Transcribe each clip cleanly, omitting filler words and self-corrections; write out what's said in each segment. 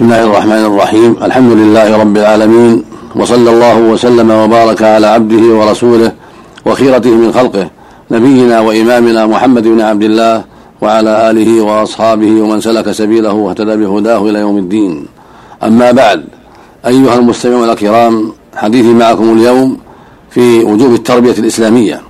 بسم الله الرحمن الرحيم. الحمد لله رب العالمين، وصلى الله وسلم وبارك على عبده ورسوله وخيرته من خلقه نبينا وإمامنا محمد بن عبد الله وعلى آله وأصحابه ومن سلك سبيله واهتدى بهداه إلى يوم الدين. أما بعد، أيها المستمعون الكرام، حديثي معكم اليوم في وجوب التربية الإسلامية.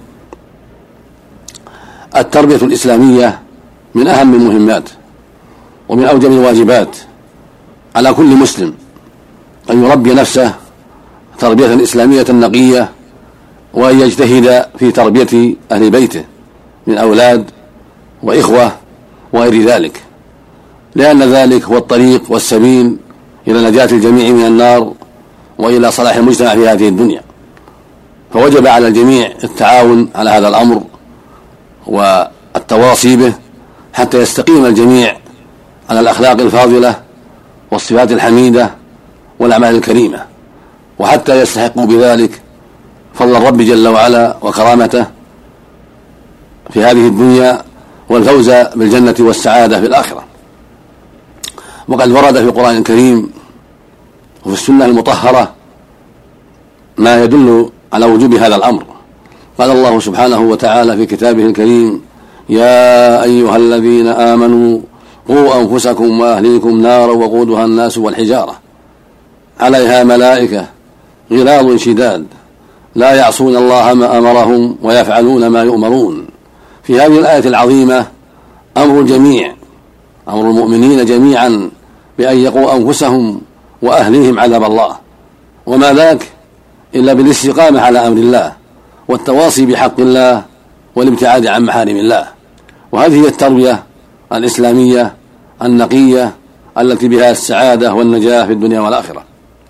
التربية الإسلامية من أهم المهمات ومن أوجب الواجبات على كل مسلم أن يربي نفسه تربية إسلامية نقية، وأن يجتهد في تربية أهل بيته من أولاد وإخوة وغير ذلك، لأن ذلك هو الطريق والسبيل إلى نجاة الجميع من النار وإلى صلاح المجتمع في هذه الدنيا. فوجب على الجميع التعاون على هذا الأمر والتواصي به حتى يستقيم الجميع على الأخلاق الفاضلة والصفات الحميدة والأعمال الكريمة، وحتى يستحقوا بذلك فضل الرب جل وعلا وكرامته في هذه الدنيا والفوز بالجنة والسعادة في الآخرة. وقد ورد في القرآن الكريم وفي السنة المطهرة ما يدل على وجوب هذا الأمر. قال الله سبحانه وتعالى في كتابه الكريم: يا أيها الذين آمنوا قوا أنفسكم وأهليكم نارا وقودها الناس والحجارة عليها ملائكة غلاظ شداد لا يعصون الله ما أمرهم ويفعلون ما يؤمرون. في هذه الآية العظيمة أمر الجميع، أمر المؤمنين جميعا بأن يقوا أنفسهم وأهليهم عذاب الله، وما ذاك إلا بالاستقامة على أمر الله والتواصي بحق الله والابتعاد عن محارم الله. وهذه هي التربية الإسلامية النقية التي بها السعادة والنجاة في الدنيا والآخرة.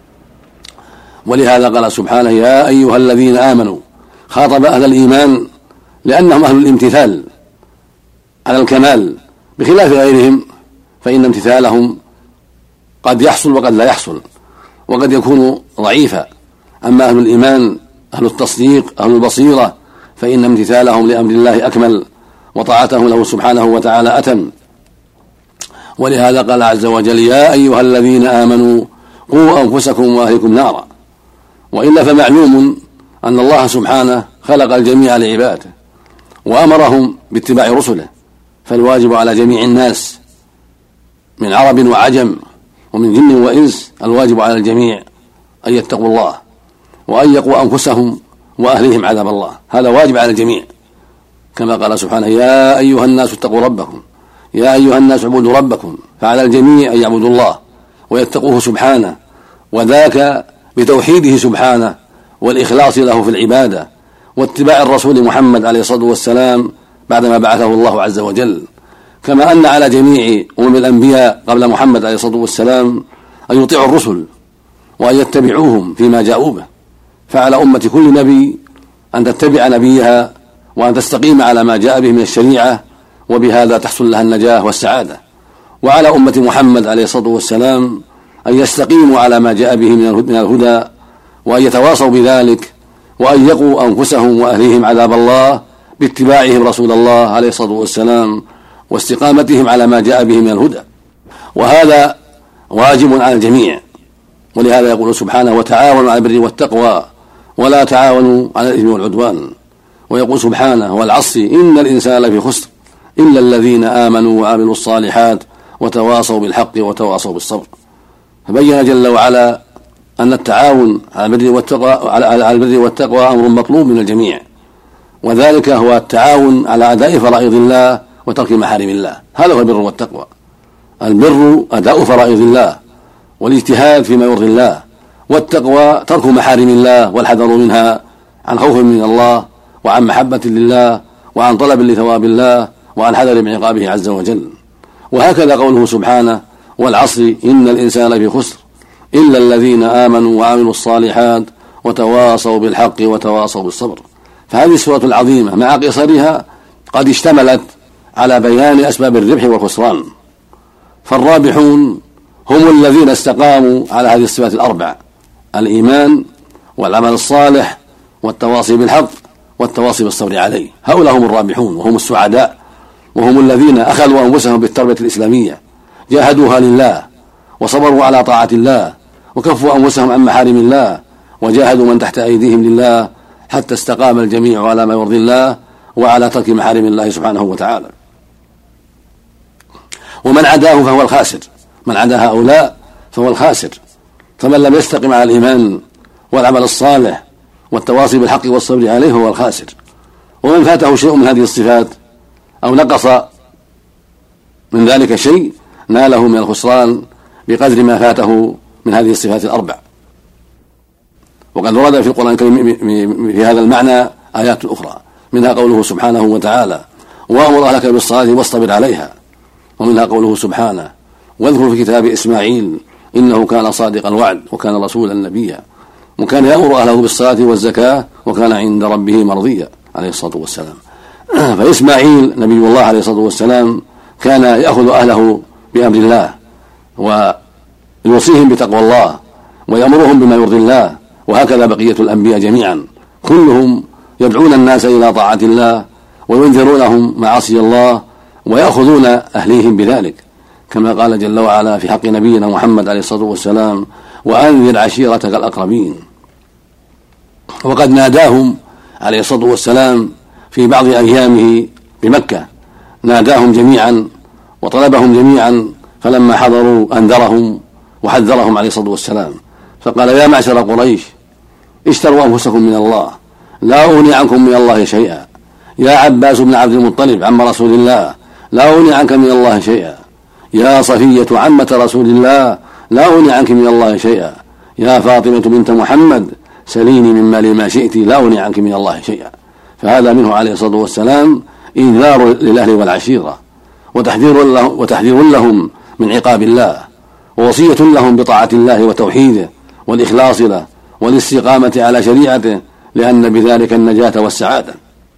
ولهذا قال سبحانه: يا أيها الذين آمنوا، خاطب أهل الإيمان لأنهم أهل الامتثال على الكمال، بخلاف غيرهم فإن امتثالهم قد يحصل وقد لا يحصل، وقد يكون ضعيفا. أما أهل الإيمان أهل التصديق أهل البصيرة فإن امتثالهم لأمر الله أكمل، وطاعته له سبحانه وتعالى أتم. ولهذا قال عز وجل: يا أيها الذين آمنوا قوا أنفسكم وأهليكم نارا. وإلا فمعلوم أن الله سبحانه خلق الجميع لعباده وأمرهم باتباع رسله، فالواجب على جميع الناس من عرب وعجم ومن جن وإنس، الواجب على الجميع أن يتقوا الله وأن يقوا أنفسهم وأهليهم عذاب الله. هذا واجب على الجميع، كما قال سبحانه: يا أيها الناس اتقوا ربكم، يا أيها الناس اعبدوا ربكم. فعلى الجميع أن يعبدوا الله ويتقوه سبحانه، وذاك بتوحيده سبحانه والإخلاص له في العبادة واتباع الرسول محمد عليه الصلاة والسلام بعدما بعثه الله عز وجل. كما أن على جميع الأنبياء قبل محمد عليه الصلاة والسلام أن يطيعوا الرسل وأن يتبعوهم فيما جاءوا به. فعلى أمة كل نبي أن تتبع نبيها وأن تستقيم على ما جاء به من الشريعة، وبهذا تحصل لها النجاة والسعادة. وعلى أمة محمد عليه الصلاة والسلام أن يستقيموا على ما جاء به من الهدى، وأن يتواصوا بذلك، وأن يقوا أنفسهم وأهليهم عذاب الله باتباعهم رسول الله عليه الصلاة والسلام واستقامتهم على ما جاء به من الهدى. وهذا واجب على الجميع. ولهذا يقول سبحانه: وتعاونوا على البر والتقوى ولا تعاونوا على الإثم والعدوان. ويقول سبحانه: والعصر إن الإنسان لفي خسر إلا الذين آمنوا وعملوا الصالحات وتواصوا بالحق وتواصوا بالصبر. فبين جل وعلا أن التعاون على البر والتقوى أمر مطلوب من الجميع، وذلك هو التعاون على أداء فرائض الله وترك محارم الله. هذا هو البر والتقوى. البر أداء فرائض الله والاجتهاد فيما يرضي الله، والتقوى ترك محارم الله والحذر منها عن خوف من الله وعن محبة لله وعن طلب لثواب الله وعن حذر من عقابه عز وجل. وهكذا قوله سبحانه: والعصر إن الإنسان لفي خسر إلا الذين آمنوا وعملوا الصالحات وتواصوا بالحق وتواصوا بالصبر. فهذه السورة العظيمة مع قصرها قد اشتملت على بيان أسباب الربح والخسران. فالرابحون هم الذين استقاموا على هذه الصفات الأربع: الإيمان والعمل الصالح والتواصي بالحق والتواصي بالصبر عليه. هؤلاء هم الرابحون وهم السعداء، وهم الذين أخذوا أنفسهم بالتربية الإسلامية، جاهدوها لله وصبروا على طاعة الله وكفوا أنفسهم عن محارم الله وجاهدوا من تحت أيديهم لله حتى استقام الجميع على ما يرضي الله وعلى ترك محارم الله سبحانه وتعالى. ومن عداه فهو الخاسر، من عدا هؤلاء فهو الخاسر. فمن لم يستقم على الإيمان والعمل الصالح والتواصي بالحق والصبر عليه هو الخاسر. ومن فاته شيء من هذه الصفات أو نقص من ذلك شيء ناله من الخسران بقدر ما فاته من هذه الصفات الأربع. وقد ورد في القرآن الكريم في هذا المعنى آيات أخرى، منها قوله سبحانه وتعالى: وأمر أهلك بالصلاة واصطبر عليها. ومنها قوله سبحانه: واذكر في كتاب إسماعيل إنه كان صادق الوعد وكان رسولا نبيا. وكان يأمر أهله بالصلاة والزكاة وكان عند ربه مرضيا عليه الصلاة والسلام. فإسماعيل نبي الله عليه الصلاة والسلام كان يأخذ أهله بأمر الله ويوصيهم بتقوى الله ويأمرهم بما يرضي الله، وهكذا بقية الأنبياء جميعا كلهم يدعون الناس إلى طاعة الله وينذرونهم معاصي الله ويأخذون أهليهم بذلك، كما قال جل وعلا في حق نبينا محمد عليه الصلاة والسلام: وأنذر عشيرتك الأقربين. وقد ناداهم عليه الصلاة والسلام في بعض أيامه بمكة، ناداهم جميعا وطلبهم جميعا، فلما حضروا أنذرهم وحذرهم عليه الصلاة والسلام فقال: يا معشر قريش اشتروا أنفسكم من الله لا أغني عنكم من الله شيئا. يا عباس بن عبد المطلب عم رسول الله لا أغني عنك من الله شيئا. يا صفية عمة رسول الله لا أغني عنك من الله شيئا. يا فاطمة بنت محمد سليني من مالي ما شئت لا أغني عنك من الله شيئا. فهذا منه عليه الصلاة والسلام إنذار للأهل والعشيرة وتحذير لهم من عقاب الله، ووصية لهم بطاعة الله وتوحيده والإخلاص له والاستقامة على شريعته، لأن بذلك النجاة والسعادة.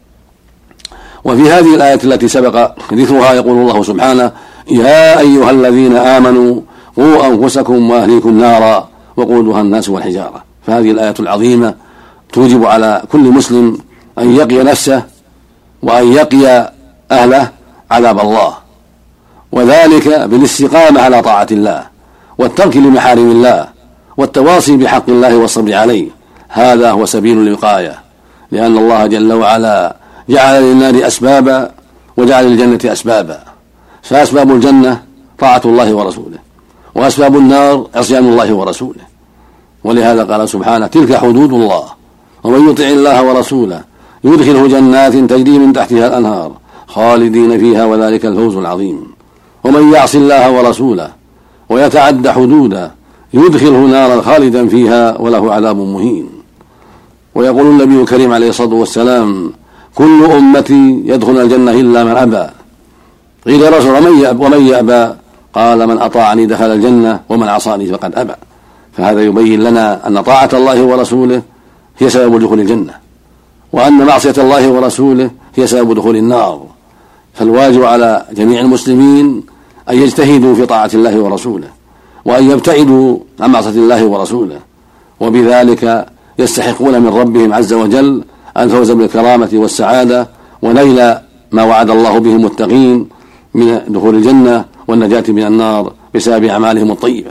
وفي هذه الآية التي سبق ذكرها يقول الله سبحانه: يا أيها الذين آمنوا قوا أنفسكم وأهليكم نارا وقودها الناس والحجارة. فهذه الآية العظيمة توجب على كل مسلم أن يقي نفسه وأن يقي أهله عذاب الله، وذلك بالاستقامة على طاعة الله والترك لمحارم الله والتواصي بحق الله والصبر عليه. هذا هو سبيل الوقاية، لأن الله جل وعلا جعل للنار أسبابا وجعل للجنة أسبابا، فأسباب الجنة طاعة الله ورسوله، وأسباب النار عصيان الله ورسوله. ولهذا قال سبحانه: تلك حدود الله ومن يطع الله ورسوله يدخله جنات تجري من تحتها الأنهار خالدين فيها وذلك الفوز العظيم. ومن يعص الله ورسوله ويتعد حدوده يدخله نارا خالدا فيها وله عذاب مهين. ويقول النبي الكريم عليه الصلاة والسلام: كل أمتي يدخل الجنة إلا من أبى. قيل يا رسول ومن يأبى؟ قال: من أطاعني دخل الجنة ومن عصاني فقد أبى. فهذا يبين لنا أن طاعة الله ورسوله هي سبب دخول الجنة، وأن معصية الله ورسوله هي سبب دخول النار. فالواجب على جميع المسلمين أن يجتهدوا في طاعة الله ورسوله وأن يبتعدوا عن معصية الله ورسوله، وبذلك يستحقون من ربهم عز وجل الفوز بالكرامة والسعادة ونيل ما وعد الله به المتقين من دخول الجنة والنجاة من النار بسبب أعمالهم الطيبة.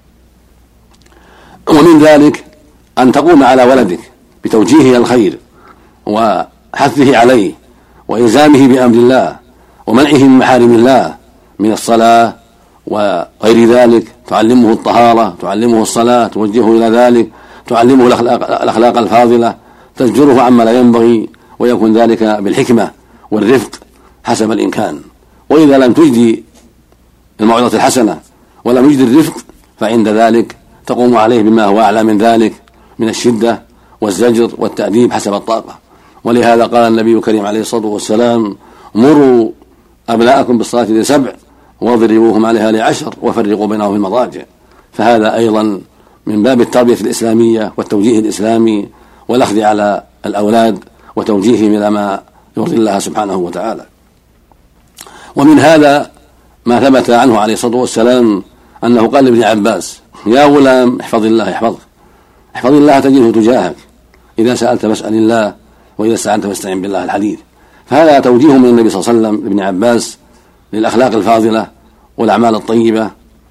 ومن ذلك أن تقوم على ولدك بتوجيهه الخير وحثه عليه وإلزامه بأمر الله ومنعه من محارم الله من الصلاة وغير ذلك. تعلمه الطهارة، تعلمه الصلاة، توجهه إلى ذلك، تعلمه الأخلاق الفاضلة، تزجره عما لا ينبغي، ويكون ذلك بالحكمة والرفق حسب الإمكان. وإذا لم تجدي الموعظة الحسنة ولم يجدي الرفق فعند ذلك تقوم عليه بما هو أعلى من ذلك من الشدة والزجر والتأديب حسب الطاقة. ولهذا قال النبي الكريم عليه الصلاة والسلام: مروا أبناءكم بالصلاة ل7 واضربوهم عليها ل10 وفرقوا بينهم في المضاجع. فهذا أيضا من باب التربية الإسلامية والتوجيه الإسلامي والأخذ على الأولاد وتوجيههم إلى ما يرضي الله سبحانه وتعالى. ومن هذا ما ثبت عنه عليه الصلاة والسلام أنه قال لابن عباس: يا غلام احفظ الله يحفظك، احفظ الله تجده تجاهك، إذا سألت فاسأل الله وإذا استعنت فاستعن بالله. الحديث. فهذا توجيه من النبي صلى الله عليه وسلم لابن عباس للأخلاق الفاضلة والأعمال الطيبة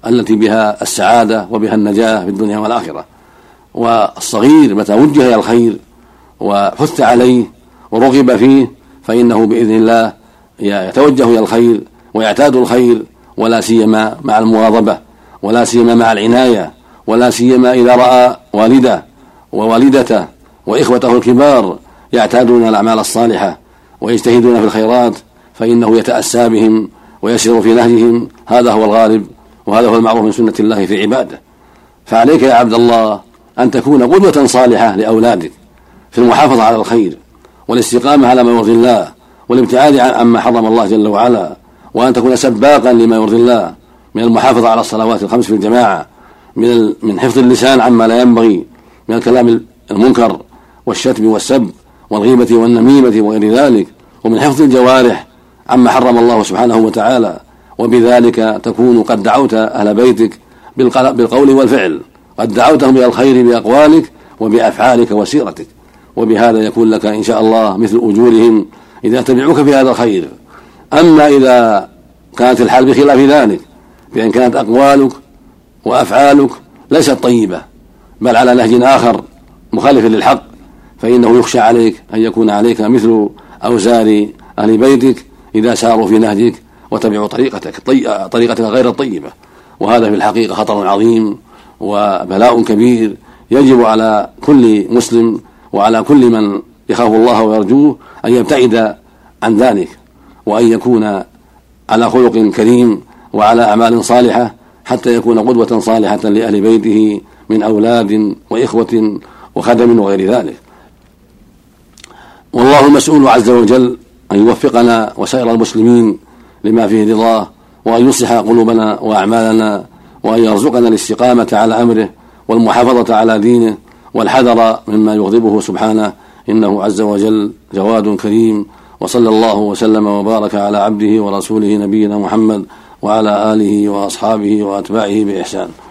التي بها السعادة وبها النجاة في الدنيا والآخرة. والصغير متى وجه إلى الخير وحث عليه ورغب فيه فإنه بإذن الله يتوجه إلى الخير ويعتاد الخير، ولا سيما مع المواظبة، ولا سيما مع العناية، ولا سيما إذا رأى والده ووالدته وإخوته الكبار يعتادون الأعمال الصالحة ويجتهدون في الخيرات فإنه يتأسى بهم ويسير في نهجهم. هذا هو الغالب وهذا هو المعروف من سنة الله في عباده. فعليك يا عبد الله أن تكون قدوة صالحة لأولادك في المحافظة على الخير والاستقامة على ما يرضي الله والابتعاد عما حرم الله جل وعلا، وأن تكون سباقا لما يرضي الله من المحافظة على الصلوات الخمس في الجماعة، من حفظ اللسان عما لا ينبغي من الكلام المنكر والشتم والسب والغيبة والنميمة وغير ذلك، ومن حفظ الجوارح عما حرم الله سبحانه وتعالى. وبذلك تكون قد دعوت أهل بيتك بالقول والفعل، قد دعوتهم إلى الخير بأقوالك وبأفعالك وسيرتك، وبهذا يكون لك إن شاء الله مثل أجورهم إذا تبعوك في هذا الخير. أما إذا كانت الحال بخلاف ذلك، بأن كانت أقوالك وأفعالك ليست طيبة بل على نهج آخر مخالف للحق، فإنه يخشى عليك أن يكون عليك مثل أوزار أهل بيتك إذا ساروا في نهجك وتبعوا طريقتك غير الطيبة. وهذا في الحقيقة خطر عظيم وبلاء كبير يجب على كل مسلم وعلى كل من يخاف الله ويرجوه أن يبتعد عن ذلك، وأن يكون على خلق كريم وعلى أعمال صالحة حتى يكون قدوة صالحة لأهل بيته من أولاد وإخوة وخدم وغير ذلك. والله المسؤول عز وجل أن يوفقنا وسائر المسلمين لما فيه رضاه، وأن يصلح قلوبنا وأعمالنا، وأن يرزقنا الاستقامة على أمره والمحافظة على دينه والحذر مما يغضبه سبحانه، إنه عز وجل جواد كريم. وصلى الله وسلم وبارك على عبده ورسوله نبينا محمد وعلى آله وأصحابه وأتباعه بإحسان.